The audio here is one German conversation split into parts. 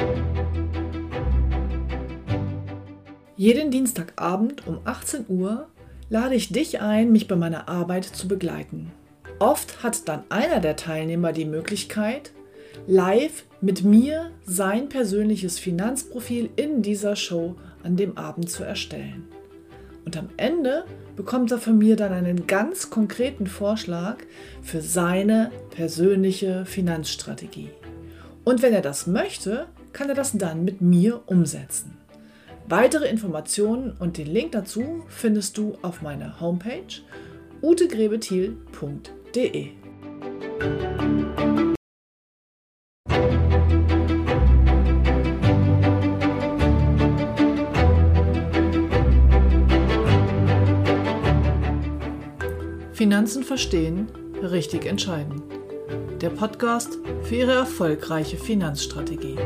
Jeden Dienstagabend um 18 Uhr lade ich dich ein, mich bei meiner Arbeit zu begleiten. Oft hat dann einer der Teilnehmer die Möglichkeit, live mit mir sein persönliches Finanzprofil in dieser Show an dem Abend zu erstellen. Und am Ende bekommt er von mir dann einen ganz konkreten Vorschlag für seine persönliche Finanzstrategie. Und wenn er das möchte, kann er das dann mit mir umsetzen. Weitere Informationen und den Link dazu findest du auf meiner Homepage utegrebethiel.de. Finanzen verstehen, richtig entscheiden. Der Podcast für Ihre erfolgreiche Finanzstrategie.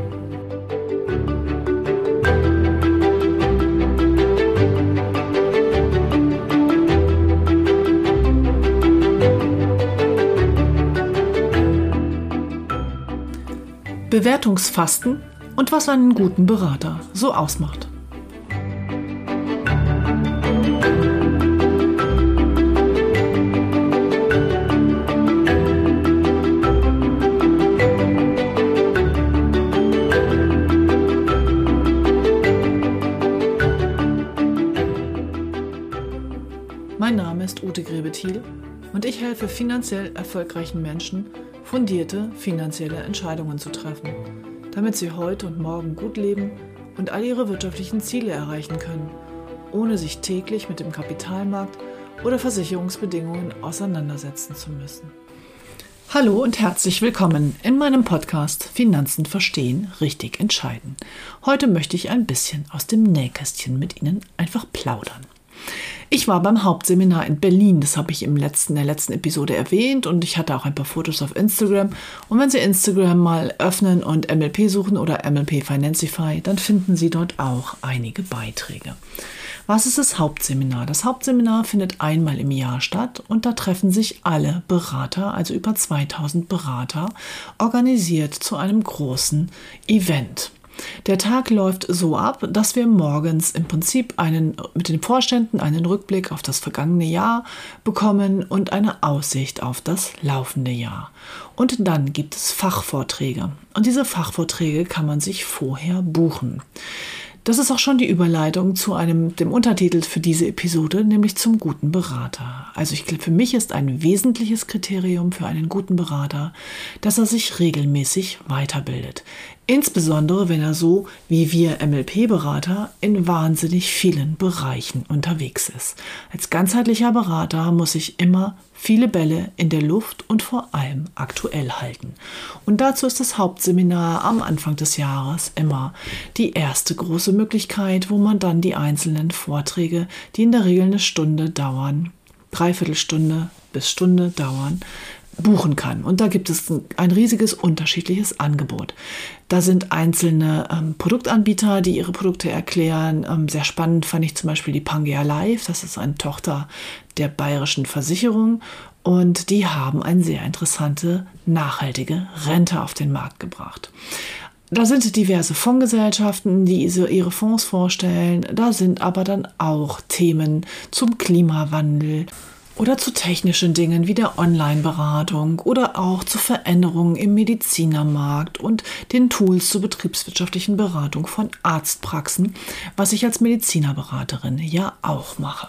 Bewertungsfasten und was einen guten Berater so ausmacht. Mein Name ist Ute Grebethiel und ich helfe finanziell erfolgreichen Menschen, fundierte finanzielle Entscheidungen zu treffen, damit sie heute und morgen gut leben und all ihre wirtschaftlichen Ziele erreichen können, ohne sich täglich mit dem Kapitalmarkt oder Versicherungsbedingungen auseinandersetzen zu müssen. Hallo und herzlich willkommen in meinem Podcast Finanzen verstehen, richtig entscheiden. Heute möchte ich ein bisschen aus dem Nähkästchen mit Ihnen einfach plaudern. Ich war beim Hauptseminar in Berlin, das habe ich in der letzten Episode erwähnt und ich hatte auch ein paar Fotos auf Instagram. Und wenn Sie Instagram mal öffnen und MLP suchen oder MLP Financify, dann finden Sie dort auch einige Beiträge. Was ist das Hauptseminar? Das Hauptseminar findet einmal im Jahr statt und da treffen sich alle Berater, also über 2000 Berater, organisiert zu einem großen Event. Der Tag läuft so ab, dass wir morgens im Prinzip mit den Vorständen einen Rückblick auf das vergangene Jahr bekommen und eine Aussicht auf das laufende Jahr. Und dann gibt es Fachvorträge. Und diese Fachvorträge kann man sich vorher buchen. Das ist auch schon die Überleitung zu dem Untertitel für diese Episode, nämlich zum guten Berater. Also für mich ist ein wesentliches Kriterium für einen guten Berater, dass er sich regelmäßig weiterbildet. Insbesondere, wenn er so wie wir MLP-Berater in wahnsinnig vielen Bereichen unterwegs ist. Als ganzheitlicher Berater muss ich immer viele Bälle in der Luft und vor allem aktuell halten. Und dazu ist das Hauptseminar am Anfang des Jahres immer die erste große Möglichkeit, wo man dann die einzelnen Vorträge, die in der Regel eine Stunde dauern, Dreiviertelstunde bis Stunde dauern, buchen kann. Und da gibt es ein riesiges unterschiedliches Angebot. Da sind einzelne Produktanbieter, die ihre Produkte erklären. Sehr spannend fand ich zum Beispiel die Pangea Life. Das ist eine Tochter der Bayerischen Versicherung. Und die haben eine sehr interessante, nachhaltige Rente auf den Markt gebracht. Da sind diverse Fondsgesellschaften, die ihre Fonds vorstellen. Da sind aber dann auch Themen zum Klimawandel oder zu technischen Dingen wie der Online-Beratung oder auch zu Veränderungen im Medizinermarkt und den Tools zur betriebswirtschaftlichen Beratung von Arztpraxen, was ich als Medizinerberaterin ja auch mache.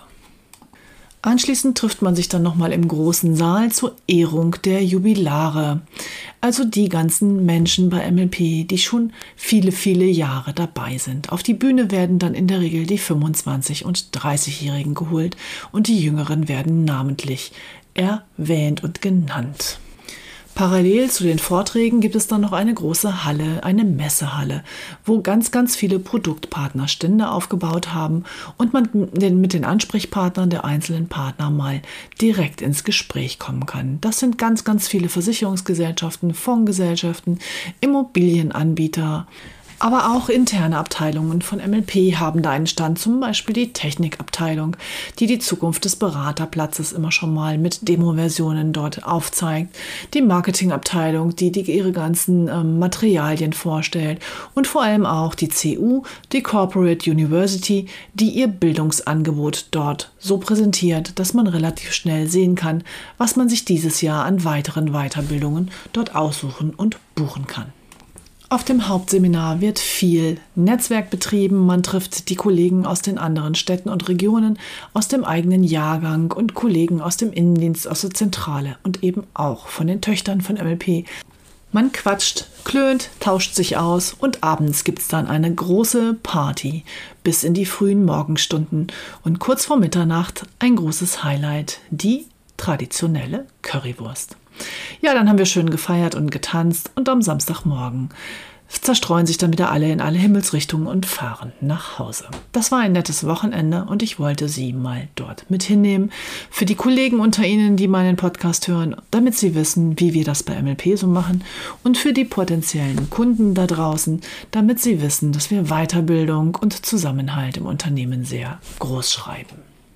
Anschließend trifft man sich dann nochmal im großen Saal zur Ehrung der Jubilare, also die ganzen Menschen bei MLP, die schon viele, viele Jahre dabei sind. Auf die Bühne werden dann in der Regel die 25- und 30-Jährigen geholt und die Jüngeren werden namentlich erwähnt und genannt. Parallel zu den Vorträgen gibt es dann noch eine große Halle, eine Messehalle, wo ganz, ganz viele Produktpartner Stände aufgebaut haben und man mit den Ansprechpartnern der einzelnen Partner mal direkt ins Gespräch kommen kann. Das sind ganz, ganz viele Versicherungsgesellschaften, Fondsgesellschaften, Immobilienanbieter, Aber auch interne Abteilungen von MLP haben da einen Stand, zum Beispiel die Technikabteilung, die die Zukunft des Beraterplatzes immer schon mal mit Demo-Versionen dort aufzeigt, die Marketingabteilung, die ihre ganzen Materialien vorstellt und vor allem auch die CU, die Corporate University, die ihr Bildungsangebot dort so präsentiert, dass man relativ schnell sehen kann, was man sich dieses Jahr an weiteren Weiterbildungen dort aussuchen und buchen kann. Auf dem Hauptseminar wird viel Netzwerk betrieben. Man trifft die Kollegen aus den anderen Städten und Regionen, aus dem eigenen Jahrgang und Kollegen aus dem Innendienst, aus der Zentrale und eben auch von den Töchtern von MLP. Man quatscht, klönt, tauscht sich aus und abends gibt es dann eine große Party bis in die frühen Morgenstunden und kurz vor Mitternacht ein großes Highlight, die traditionelle Currywurst. Ja, dann haben wir schön gefeiert und getanzt und am Samstagmorgen zerstreuen sich dann wieder alle in alle Himmelsrichtungen und fahren nach Hause. Das war ein nettes Wochenende und ich wollte Sie mal dort mit hinnehmen. Für die Kollegen unter Ihnen, die meinen Podcast hören, damit Sie wissen, wie wir das bei MLP so machen und für die potenziellen Kunden da draußen, damit Sie wissen, dass wir Weiterbildung und Zusammenhalt im Unternehmen sehr groß schreiben.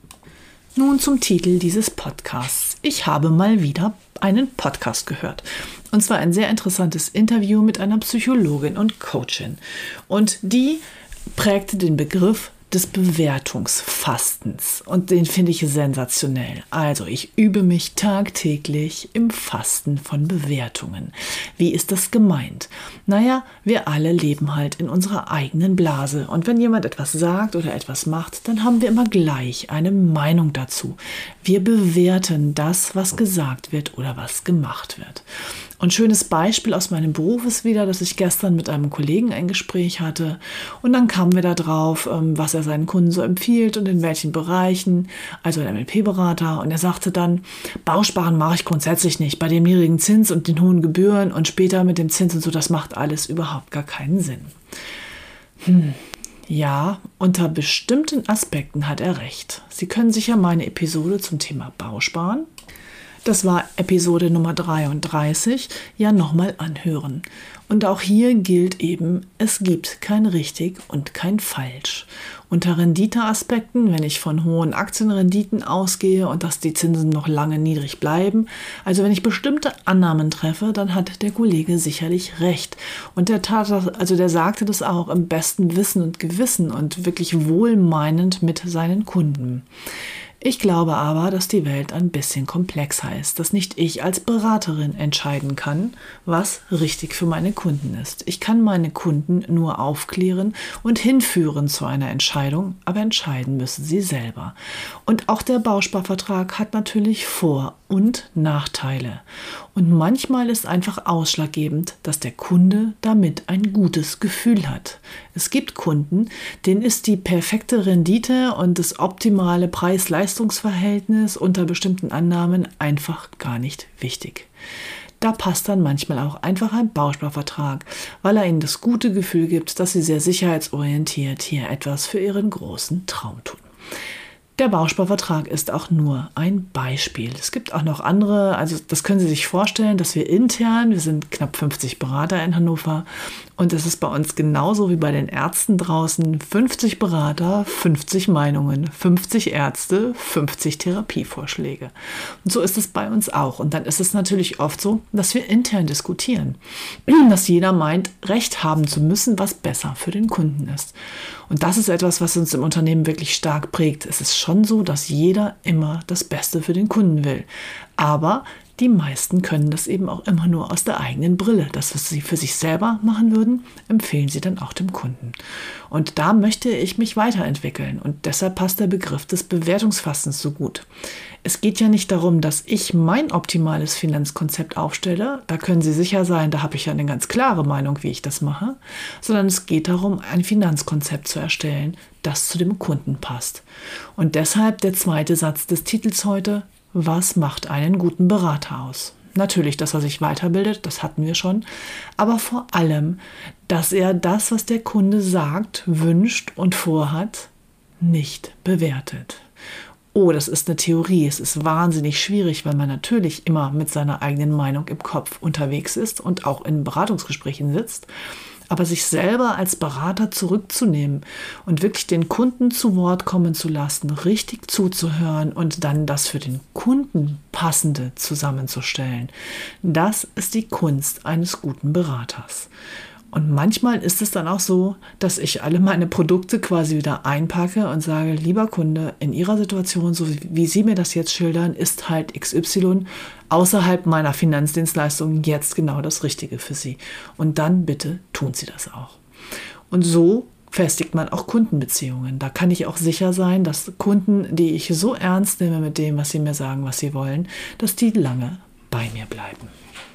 Nun zum Titel dieses Podcasts. Ich habe mal wieder einen Podcast gehört. Und zwar ein sehr interessantes Interview mit einer Psychologin und Coachin. Und die prägte den Begriff des Bewertungsfastens. Und den finde ich sensationell. Also ich übe mich tagtäglich im Fasten von Bewertungen. Wie ist das gemeint? Naja, wir alle leben halt in unserer eigenen Blase. Und wenn jemand etwas sagt oder etwas macht, dann haben wir immer gleich eine Meinung dazu. Wir bewerten das, was gesagt wird oder was gemacht wird. Und schönes Beispiel aus meinem Beruf ist wieder, dass ich gestern mit einem Kollegen ein Gespräch hatte und dann kamen wir da drauf, was er seinen Kunden so empfiehlt und in welchen Bereichen, also ein MLP-Berater, und er sagte dann, Bausparen mache ich grundsätzlich nicht, bei dem niedrigen Zins und den hohen Gebühren und später mit dem Zins und so, das macht alles überhaupt gar keinen Sinn. Ja, unter bestimmten Aspekten hat er recht. Sie können sich ja meine Episode zum Thema Bausparen, das war Episode Nummer 33, ja nochmal anhören. Und auch hier gilt eben, es gibt kein richtig und kein falsch. Unter Renditeaspekten, wenn ich von hohen Aktienrenditen ausgehe und dass die Zinsen noch lange niedrig bleiben, also wenn ich bestimmte Annahmen treffe, dann hat der Kollege sicherlich recht. Und der sagte das auch im besten Wissen und Gewissen und wirklich wohlmeinend mit seinen Kunden. Ich glaube aber, dass die Welt ein bisschen komplexer ist, dass nicht ich als Beraterin entscheiden kann, was richtig für meine Kunden ist. Ich kann meine Kunden nur aufklären und hinführen zu einer Entscheidung, aber entscheiden müssen sie selber. Und auch der Bausparvertrag hat natürlich Vor- und Nachteile. Und manchmal ist einfach ausschlaggebend, dass der Kunde damit ein gutes Gefühl hat. Es gibt Kunden, denen ist die perfekte Rendite und das optimale Preis-Leistungs-Verhältnis unter bestimmten Annahmen einfach gar nicht wichtig. Da passt dann manchmal auch einfach ein Bausparvertrag, weil er ihnen das gute Gefühl gibt, dass sie sehr sicherheitsorientiert hier etwas für ihren großen Traum tun. Der Bausparvertrag ist auch nur ein Beispiel. Es gibt auch noch andere, also das können Sie sich vorstellen, dass wir intern, wir sind knapp 50 Berater in Hannover und es ist bei uns genauso wie bei den Ärzten draußen, 50 Berater, 50 Meinungen, 50 Ärzte, 50 Therapievorschläge. Und so ist es bei uns auch. Und dann ist es natürlich oft so, dass wir intern diskutieren, dass jeder meint, Recht haben zu müssen, was besser für den Kunden ist. Und das ist etwas, was uns im Unternehmen wirklich stark prägt. Es ist schon so, dass jeder immer das Beste für den Kunden will. Aber die meisten können das eben auch immer nur aus der eigenen Brille. Das, was sie für sich selber machen würden, empfehlen sie dann auch dem Kunden. Und da möchte ich mich weiterentwickeln. Und deshalb passt der Begriff des Bewertungsfastens so gut. Es geht ja nicht darum, dass ich mein optimales Finanzkonzept aufstelle. Da können Sie sicher sein, da habe ich ja eine ganz klare Meinung, wie ich das mache. Sondern es geht darum, ein Finanzkonzept zu erstellen, das zu dem Kunden passt. Und deshalb der zweite Satz des Titels heute: Was macht einen guten Berater aus? Natürlich, dass er sich weiterbildet, das hatten wir schon, aber vor allem, dass er das, was der Kunde sagt, wünscht und vorhat, nicht bewertet. Oh, das ist eine Theorie, es ist wahnsinnig schwierig, weil man natürlich immer mit seiner eigenen Meinung im Kopf unterwegs ist und auch in Beratungsgesprächen sitzt. Aber sich selber als Berater zurückzunehmen und wirklich den Kunden zu Wort kommen zu lassen, richtig zuzuhören und dann das für den Kunden Passende zusammenzustellen, das ist die Kunst eines guten Beraters. Und manchmal ist es dann auch so, dass ich alle meine Produkte quasi wieder einpacke und sage, lieber Kunde, in Ihrer Situation, so wie Sie mir das jetzt schildern, ist halt XY außerhalb meiner Finanzdienstleistung jetzt genau das Richtige für Sie. Und dann bitte tun Sie das auch. Und so festigt man auch Kundenbeziehungen. Da kann ich auch sicher sein, dass Kunden, die ich so ernst nehme mit dem, was sie mir sagen, was sie wollen, dass die lange bei mir bleiben.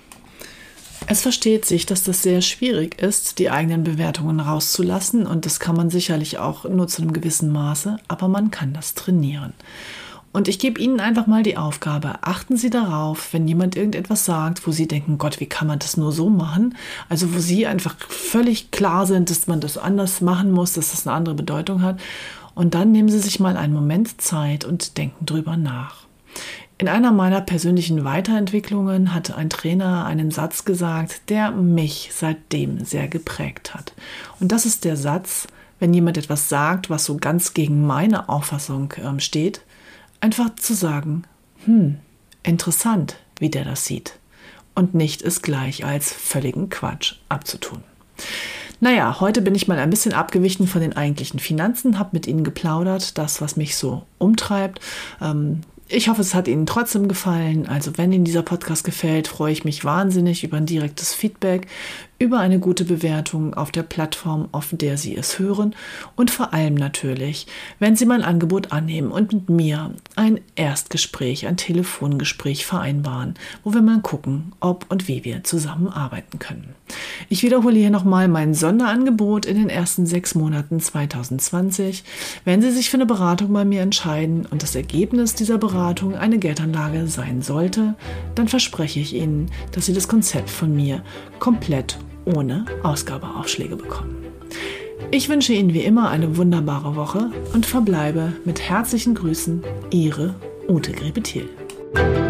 Es versteht sich, dass das sehr schwierig ist, die eigenen Bewertungen rauszulassen, und das kann man sicherlich auch nur zu einem gewissen Maße, aber man kann das trainieren. Und ich gebe Ihnen einfach mal die Aufgabe, achten Sie darauf, wenn jemand irgendetwas sagt, wo Sie denken, Gott, wie kann man das nur so machen? Also wo Sie einfach völlig klar sind, dass man das anders machen muss, dass das eine andere Bedeutung hat. Und dann nehmen Sie sich mal einen Moment Zeit und denken drüber nach. In einer meiner persönlichen Weiterentwicklungen hat ein Trainer einen Satz gesagt, der mich seitdem sehr geprägt hat. Und das ist der Satz, wenn jemand etwas sagt, was so ganz gegen meine Auffassung steht, einfach zu sagen, interessant, wie der das sieht. Und nicht es gleich als völligen Quatsch abzutun. Naja, heute bin ich mal ein bisschen abgewichen von den eigentlichen Finanzen, habe mit Ihnen geplaudert, das, was mich so umtreibt. Ich hoffe, es hat Ihnen trotzdem gefallen. Also wenn Ihnen dieser Podcast gefällt, freue ich mich wahnsinnig über ein direktes Feedback, über eine gute Bewertung auf der Plattform, auf der Sie es hören, und vor allem natürlich, wenn Sie mein Angebot annehmen und mit mir ein Erstgespräch, ein Telefongespräch vereinbaren, wo wir mal gucken, ob und wie wir zusammenarbeiten können. Ich wiederhole hier nochmal mein Sonderangebot in den ersten 6 Monaten 2020. Wenn Sie sich für eine Beratung bei mir entscheiden und das Ergebnis dieser Beratung eine Geldanlage sein sollte, dann verspreche ich Ihnen, dass Sie das Konzept von mir komplett ohne Ausgabeaufschläge bekommen. Ich wünsche Ihnen wie immer eine wunderbare Woche und verbleibe mit herzlichen Grüßen, Ihre Ute Grebe-Thiel.